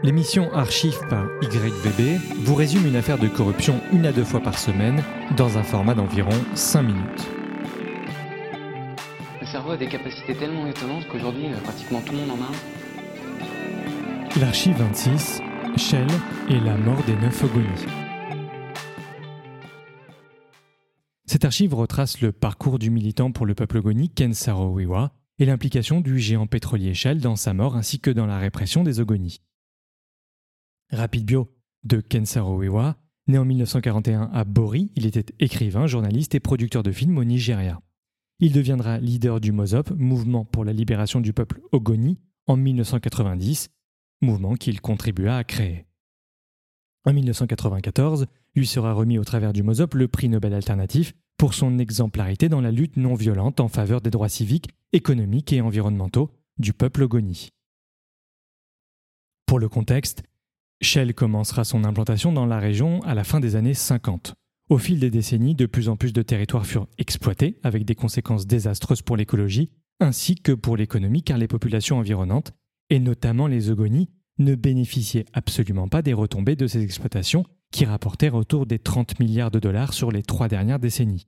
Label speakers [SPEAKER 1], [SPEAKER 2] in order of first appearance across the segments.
[SPEAKER 1] L'émission Archive par YVB vous résume une affaire de corruption 1 à 2 fois par semaine dans un format d'environ 5 minutes.
[SPEAKER 2] Le cerveau a des capacités tellement étonnantes qu'aujourd'hui, pratiquement tout le monde en a un.
[SPEAKER 1] L'archive 26, Shell et la mort des 9 Ogoni. Cette archive retrace le parcours du militant pour le peuple Ogoni Ken Saro-Wiwa et l'implication du géant pétrolier Shell dans sa mort ainsi que dans la répression des Ogoni. Rapide bio de Ken Saro-Wiwa, né en 1941 à Bori, il était écrivain, journaliste et producteur de films au Nigeria. Il deviendra leader du MOSOP, mouvement pour la libération du peuple Ogoni, en 1990, mouvement qu'il contribua à créer. En 1994, lui sera remis au travers du MOSOP le prix Nobel alternatif pour son exemplarité dans la lutte non violente en faveur des droits civiques, économiques et environnementaux du peuple Ogoni. Pour le contexte, Shell commencera son implantation dans la région à la fin des années 50. Au fil des décennies, de plus en plus de territoires furent exploités, avec des conséquences désastreuses pour l'écologie, ainsi que pour l'économie, car les populations environnantes, et notamment les Ogoni, ne bénéficiaient absolument pas des retombées de ces exploitations, qui rapportèrent autour des 30 milliards de dollars sur les 3 dernières décennies.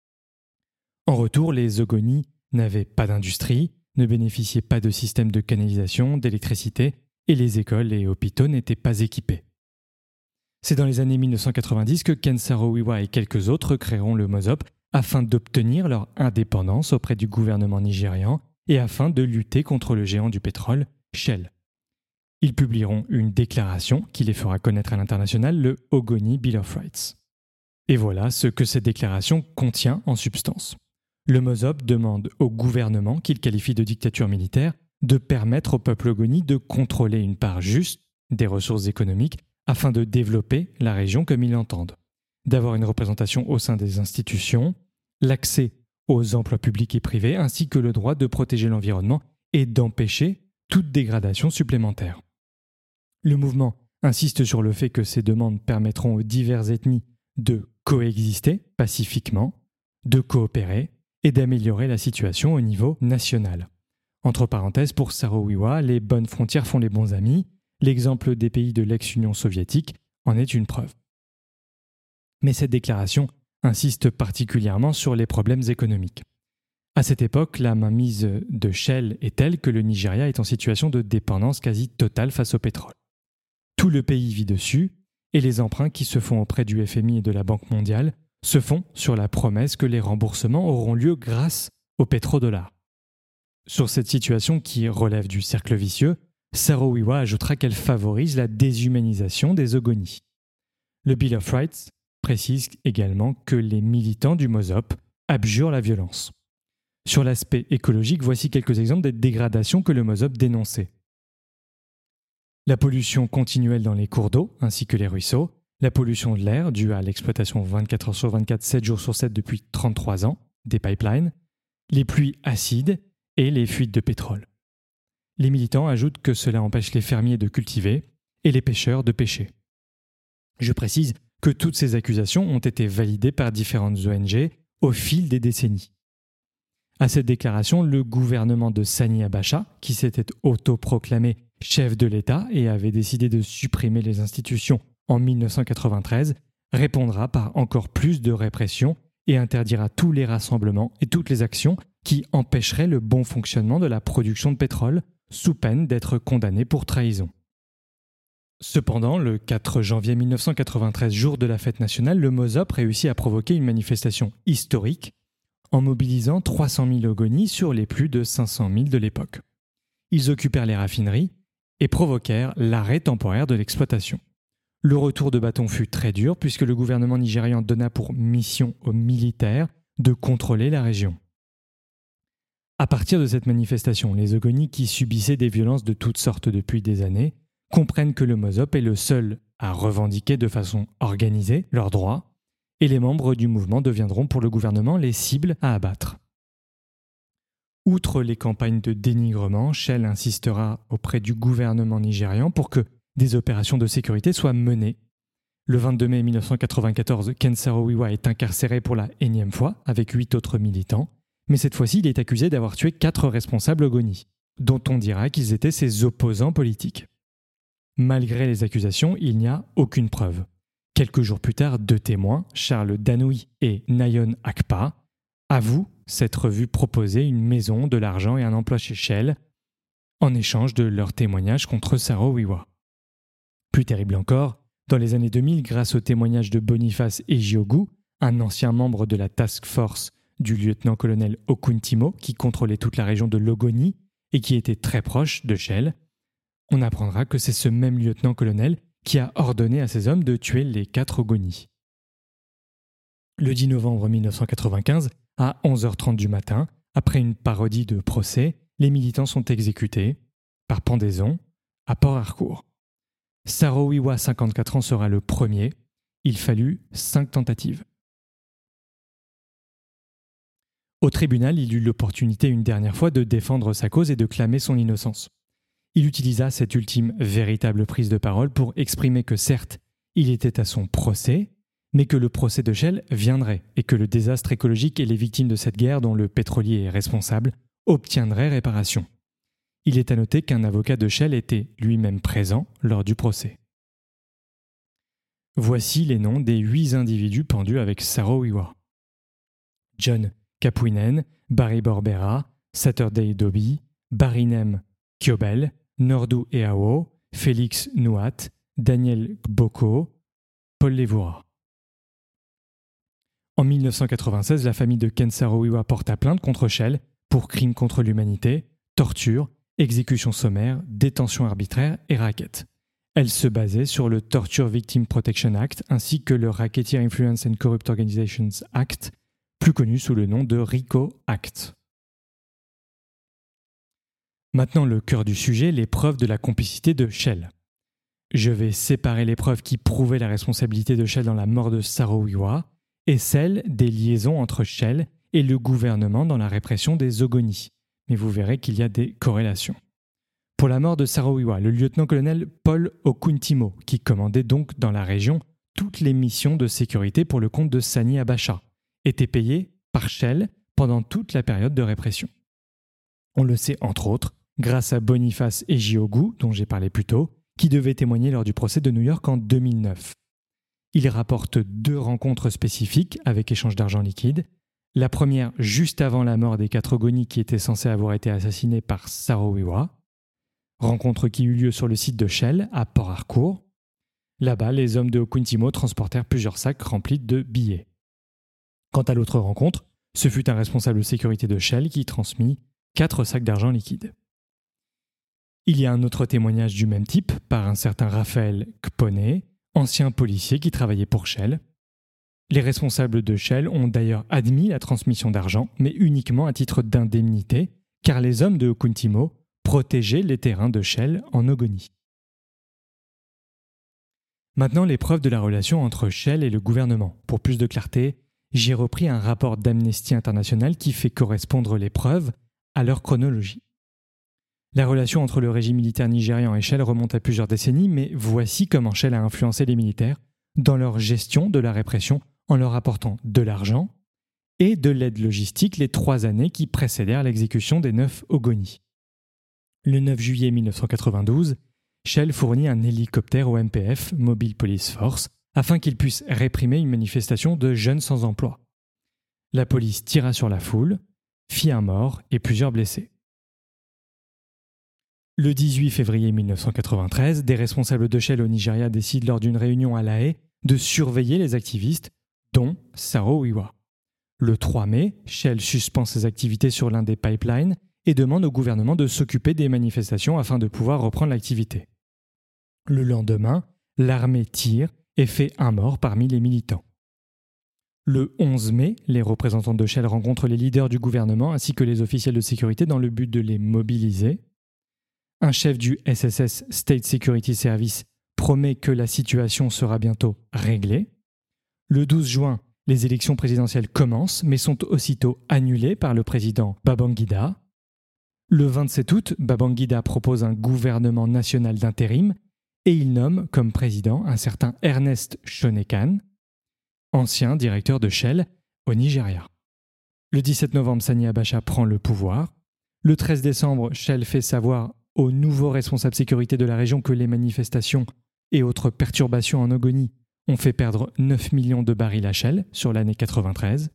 [SPEAKER 1] En retour, les Ogoni n'avaient pas d'industrie, ne bénéficiaient pas de système de canalisation, d'électricité, et les écoles et hôpitaux n'étaient pas équipés. C'est dans les années 1990 que Ken Saro-Wiwa et quelques autres créeront le MOSOP afin d'obtenir leur indépendance auprès du gouvernement nigérian et afin de lutter contre le géant du pétrole, Shell. Ils publieront une déclaration qui les fera connaître à l'international, le Ogoni Bill of Rights. Et voilà ce que cette déclaration contient en substance. Le MOSOP demande au gouvernement, qu'il qualifie de dictature militaire, de permettre au peuple Ogoni de contrôler une part juste des ressources économiques afin de développer la région comme ils l'entendent, d'avoir une représentation au sein des institutions, l'accès aux emplois publics et privés, ainsi que le droit de protéger l'environnement et d'empêcher toute dégradation supplémentaire. Le mouvement insiste sur le fait que ces demandes permettront aux diverses ethnies de coexister pacifiquement, de coopérer et d'améliorer la situation au niveau national. Entre parenthèses, pour Saro-Wiwa, les bonnes frontières font les bons amis. L'exemple des pays de l'ex-Union soviétique en est une preuve. Mais cette déclaration insiste particulièrement sur les problèmes économiques. À cette époque, la mainmise de Shell est telle que le Nigeria est en situation de dépendance quasi totale face au pétrole. Tout le pays vit dessus, et les emprunts qui se font auprès du FMI et de la Banque mondiale se font sur la promesse que les remboursements auront lieu grâce au pétrodollar. Sur cette situation qui relève du cercle vicieux, Saro-Wiwa ajoutera qu'elle favorise la déshumanisation des Ogoni. Le Bill of Rights précise également que les militants du MOSOP abjurent la violence. Sur l'aspect écologique, voici quelques exemples des dégradations que le MOSOP dénonçait. La pollution continuelle dans les cours d'eau ainsi que les ruisseaux, la pollution de l'air due à l'exploitation 24 heures sur 24, 7 jours sur 7 depuis 33 ans des pipelines, les pluies acides et les fuites de pétrole. Les militants ajoutent que cela empêche les fermiers de cultiver et les pêcheurs de pêcher. Je précise que toutes ces accusations ont été validées par différentes ONG au fil des décennies. À cette déclaration, le gouvernement de Sani Abacha, qui s'était autoproclamé chef de l'État et avait décidé de supprimer les institutions en 1993, répondra par encore plus de répression et interdira tous les rassemblements et toutes les actions qui empêcheraient le bon fonctionnement de la production de pétrole, sous peine d'être condamné pour trahison. Cependant, le 4 janvier 1993, jour de la fête nationale, le MOSOP réussit à provoquer une manifestation historique en mobilisant 300 000 Ogoni sur les plus de 500 000 de l'époque. Ils occupèrent les raffineries et provoquèrent l'arrêt temporaire de l'exploitation. Le retour de bâton fut très dur puisque le gouvernement nigérian donna pour mission aux militaires de contrôler la région. À partir de cette manifestation, les Ogoni qui subissaient des violences de toutes sortes depuis des années comprennent que le MOSOP est le seul à revendiquer de façon organisée leurs droits et les membres du mouvement deviendront pour le gouvernement les cibles à abattre. Outre les campagnes de dénigrement, Shell insistera auprès du gouvernement nigérian pour que des opérations de sécurité soient menées. Le 22 mai 1994, Ken Saro-Wiwa est incarcéré pour la énième fois avec 8 autres militants. Mais cette fois-ci, il est accusé d'avoir tué 4 responsables Ogoni, dont on dira qu'ils étaient ses opposants politiques. Malgré les accusations, il n'y a aucune preuve. Quelques jours plus tard, 2 témoins, Charles Danoui et Nayon Akpa, avouent s'être vus proposer une maison, de l'argent et un emploi chez Shell en échange de leur témoignage contre Saro-Wiwa. Plus terrible encore, dans les années 2000, grâce au témoignage de Boniface Ejiogu, un ancien membre de la task force du lieutenant-colonel Okuntimo qui contrôlait toute la région de l'Ogoni et qui était très proche de Shell, on apprendra que c'est ce même lieutenant-colonel qui a ordonné à ses hommes de tuer les 4 Ogoni. Le 10 novembre 1995, à 11h30 du matin, après une parodie de procès, les militants sont exécutés, par pendaison, à Port Harcourt. Saro-Wiwa, 54 ans, sera le premier. Il fallut 5 tentatives. Au tribunal, il eut l'opportunité une dernière fois de défendre sa cause et de clamer son innocence. Il utilisa cette ultime véritable prise de parole pour exprimer que certes, il était à son procès, mais que le procès de Shell viendrait et que le désastre écologique et les victimes de cette guerre dont le pétrolier est responsable obtiendraient réparation. Il est à noter qu'un avocat de Shell était lui-même présent lors du procès. Voici les noms des 8 individus pendus avec Saro-Wiwa. John Kapuinen, Barry Borbera, Saturday Doby, Barinem Kiobel, Nordou Eawo, Félix Nouat, Daniel Gboko, Paul Levoura. En 1996, la famille de Ken Saro-Wiwa porta plainte contre Shell pour crimes contre l'humanité, torture, exécution sommaire, détention arbitraire et racket. Elle se basait sur le Torture Victim Protection Act ainsi que le Racketeer Influence and Corrupt Organizations Act, plus connu sous le nom de RICO Act. Maintenant le cœur du sujet, les preuves de la complicité de Shell. Je vais séparer les preuves qui prouvaient la responsabilité de Shell dans la mort de Saro-Wiwa et celles des liaisons entre Shell et le gouvernement dans la répression des Ogoni. Mais vous verrez qu'il y a des corrélations. Pour la mort de Saro-Wiwa, le lieutenant-colonel Paul Okuntimo, qui commandait donc dans la région toutes les missions de sécurité pour le compte de Sani Abacha, était payé par Shell pendant toute la période de répression. On le sait entre autres grâce à Boniface Ejiogu, dont j'ai parlé plus tôt, qui devait témoigner lors du procès de New York en 2009. Il rapporte 2 rencontres spécifiques avec échange d'argent liquide. La première juste avant la mort des 4 Ogoni qui étaient censés avoir été assassinés par Saro-Wiwa. Rencontre qui eut lieu sur le site de Shell à Port Harcourt. Là-bas, les hommes de Okuntimo transportèrent plusieurs sacs remplis de billets. Quant à l'autre rencontre, ce fut un responsable sécurité de Shell qui transmit 4 sacs d'argent liquide. Il y a un autre témoignage du même type par un certain Raphaël Kpone, ancien policier qui travaillait pour Shell. Les responsables de Shell ont d'ailleurs admis la transmission d'argent, mais uniquement à titre d'indemnité, car les hommes de Okuntimo protégeaient les terrains de Shell en Ogoni. Maintenant, les preuves de la relation entre Shell et le gouvernement. Pour plus de clarté, j'ai repris un rapport d'Amnesty International qui fait correspondre les preuves à leur chronologie. La relation entre le régime militaire nigérian et Shell remonte à plusieurs décennies, mais voici comment Shell a influencé les militaires dans leur gestion de la répression en leur apportant de l'argent et de l'aide logistique les 3 années qui précédèrent l'exécution des 9 Ogoni. Le 9 juillet 1992, Shell fournit un hélicoptère au MPF, Mobile Police Force, afin qu'il puisse réprimer une manifestation de jeunes sans emploi. La police tira sur la foule, fit un mort et plusieurs blessés. Le 18 février 1993, des responsables de Shell au Nigeria décident lors d'une réunion à La Haye de surveiller les activistes, dont Saro-Wiwa. Le 3 mai, Shell suspend ses activités sur l'un des pipelines et demande au gouvernement de s'occuper des manifestations afin de pouvoir reprendre l'activité. Le lendemain, l'armée tire et fait un mort parmi les militants. Le 11 mai, les représentants de Shell rencontrent les leaders du gouvernement ainsi que les officiels de sécurité dans le but de les mobiliser. Un chef du SSS State Security Service promet que la situation sera bientôt réglée. Le 12 juin, les élections présidentielles commencent mais sont aussitôt annulées par le président Babangida. Le 27 août, Babangida propose un gouvernement national d'intérim et il nomme comme président un certain Ernest Shonekan, ancien directeur de Shell au Nigeria. Le 17 novembre, Sani Abacha prend le pouvoir. Le 13 décembre, Shell fait savoir au nouveau responsable sécurité de la région que les manifestations et autres perturbations en Ogoni ont fait perdre 9 millions de barils à Shell sur l'année 93.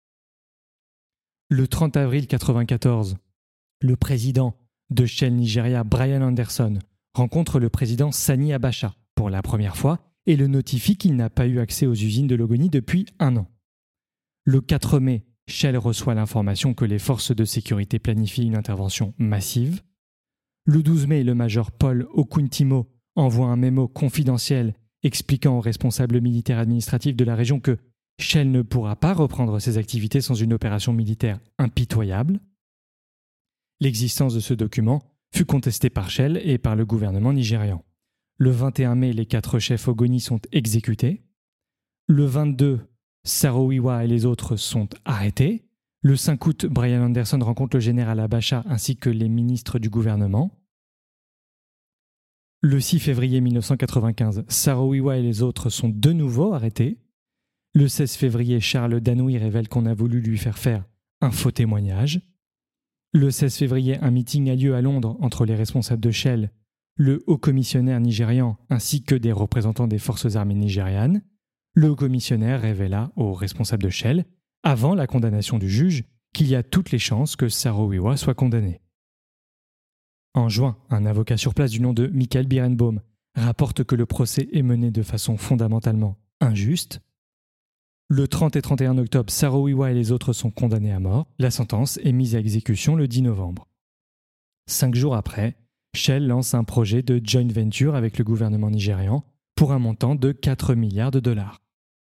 [SPEAKER 1] Le 30 avril 1994, le président de Shell Nigeria, Brian Anderson, rencontre le président Sani Abacha pour la première fois et le notifie qu'il n'a pas eu accès aux usines de l'Ogoni depuis 1 an. Le 4 mai, Shell reçoit l'information que les forces de sécurité planifient une intervention massive. Le 12 mai, le major Paul Okuntimo envoie un mémo confidentiel expliquant aux responsables militaires administratifs de la région que Shell ne pourra pas reprendre ses activités sans une opération militaire impitoyable. L'existence de ce document fut contestée par Shell et par le gouvernement nigérian. Le 21 mai, les 4 chefs Ogoni sont exécutés. Le 22, Saro-Wiwa et les autres sont arrêtés. Le 5 août, Brian Anderson rencontre le général Abacha ainsi que les ministres du gouvernement. Le 6 février 1995, Saro-Wiwa et les autres sont de nouveau arrêtés. Le 16 février, Charles Danoui révèle qu'on a voulu lui faire un faux témoignage. Le 16 février, un meeting a lieu à Londres entre les responsables de Shell, le haut-commissionnaire nigérian ainsi que des représentants des forces armées nigérianes. Le haut-commissionnaire révéla aux responsables de Shell, avant la condamnation du juge, qu'il y a toutes les chances que Saro-Wiwa soit condamné. En juin, un avocat sur place du nom de Michael Birenbaum rapporte que le procès est mené de façon fondamentalement injuste. Le 30 et 31 octobre, Saro-Wiwa et les autres sont condamnés à mort. La sentence est mise à exécution le 10 novembre. 5 jours après, Shell lance un projet de joint venture avec le gouvernement nigérian pour un montant de 4 milliards de dollars.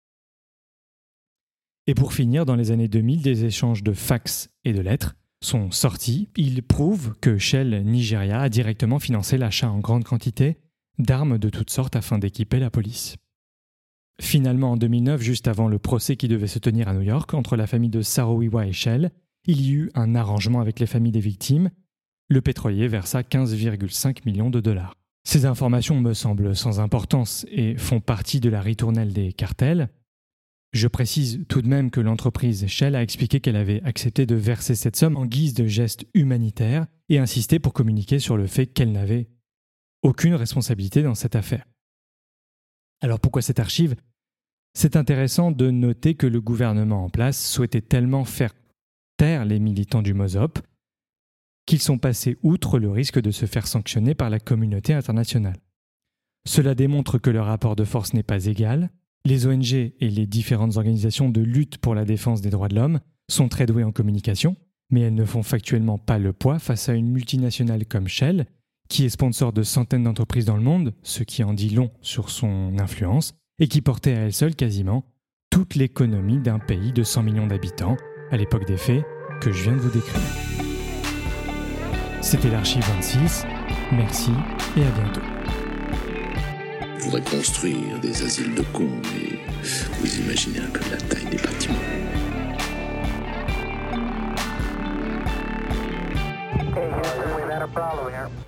[SPEAKER 1] Et pour finir, dans les années 2000, des échanges de fax et de lettres sont sortis. Ils prouvent que Shell Nigeria a directement financé l'achat en grande quantité d'armes de toutes sortes afin d'équiper la police. Finalement, en 2009, juste avant le procès qui devait se tenir à New York entre la famille de Saro-Wiwa et Shell, il y eut un arrangement avec les familles des victimes. Le pétrolier versa 15,5 millions de dollars. Ces informations me semblent sans importance et font partie de la ritournelle des cartels. Je précise tout de même que l'entreprise Shell a expliqué qu'elle avait accepté de verser cette somme en guise de geste humanitaire et insisté pour communiquer sur le fait qu'elle n'avait aucune responsabilité dans cette affaire. Alors pourquoi cette archive ? C'est intéressant de noter que le gouvernement en place souhaitait tellement faire taire les militants du MOSOP qu'ils sont passés outre le risque de se faire sanctionner par la communauté internationale. Cela démontre que le rapport de force n'est pas égal. Les ONG et les différentes organisations de lutte pour la défense des droits de l'homme sont très douées en communication, mais elles ne font factuellement pas le poids face à une multinationale comme Shell, qui est sponsor de centaines d'entreprises dans le monde, ce qui en dit long sur son influence, et qui portait à elle seule quasiment toute l'économie d'un pays de 100 millions d'habitants, à l'époque des faits que je viens de vous décrire. C'était l'Archive 26, merci et à bientôt.
[SPEAKER 3] Je voudrais construire des asiles de cons, mais vous imaginez un peu la taille des bâtiments.
[SPEAKER 4] Okay, Houston, we've had a problem here.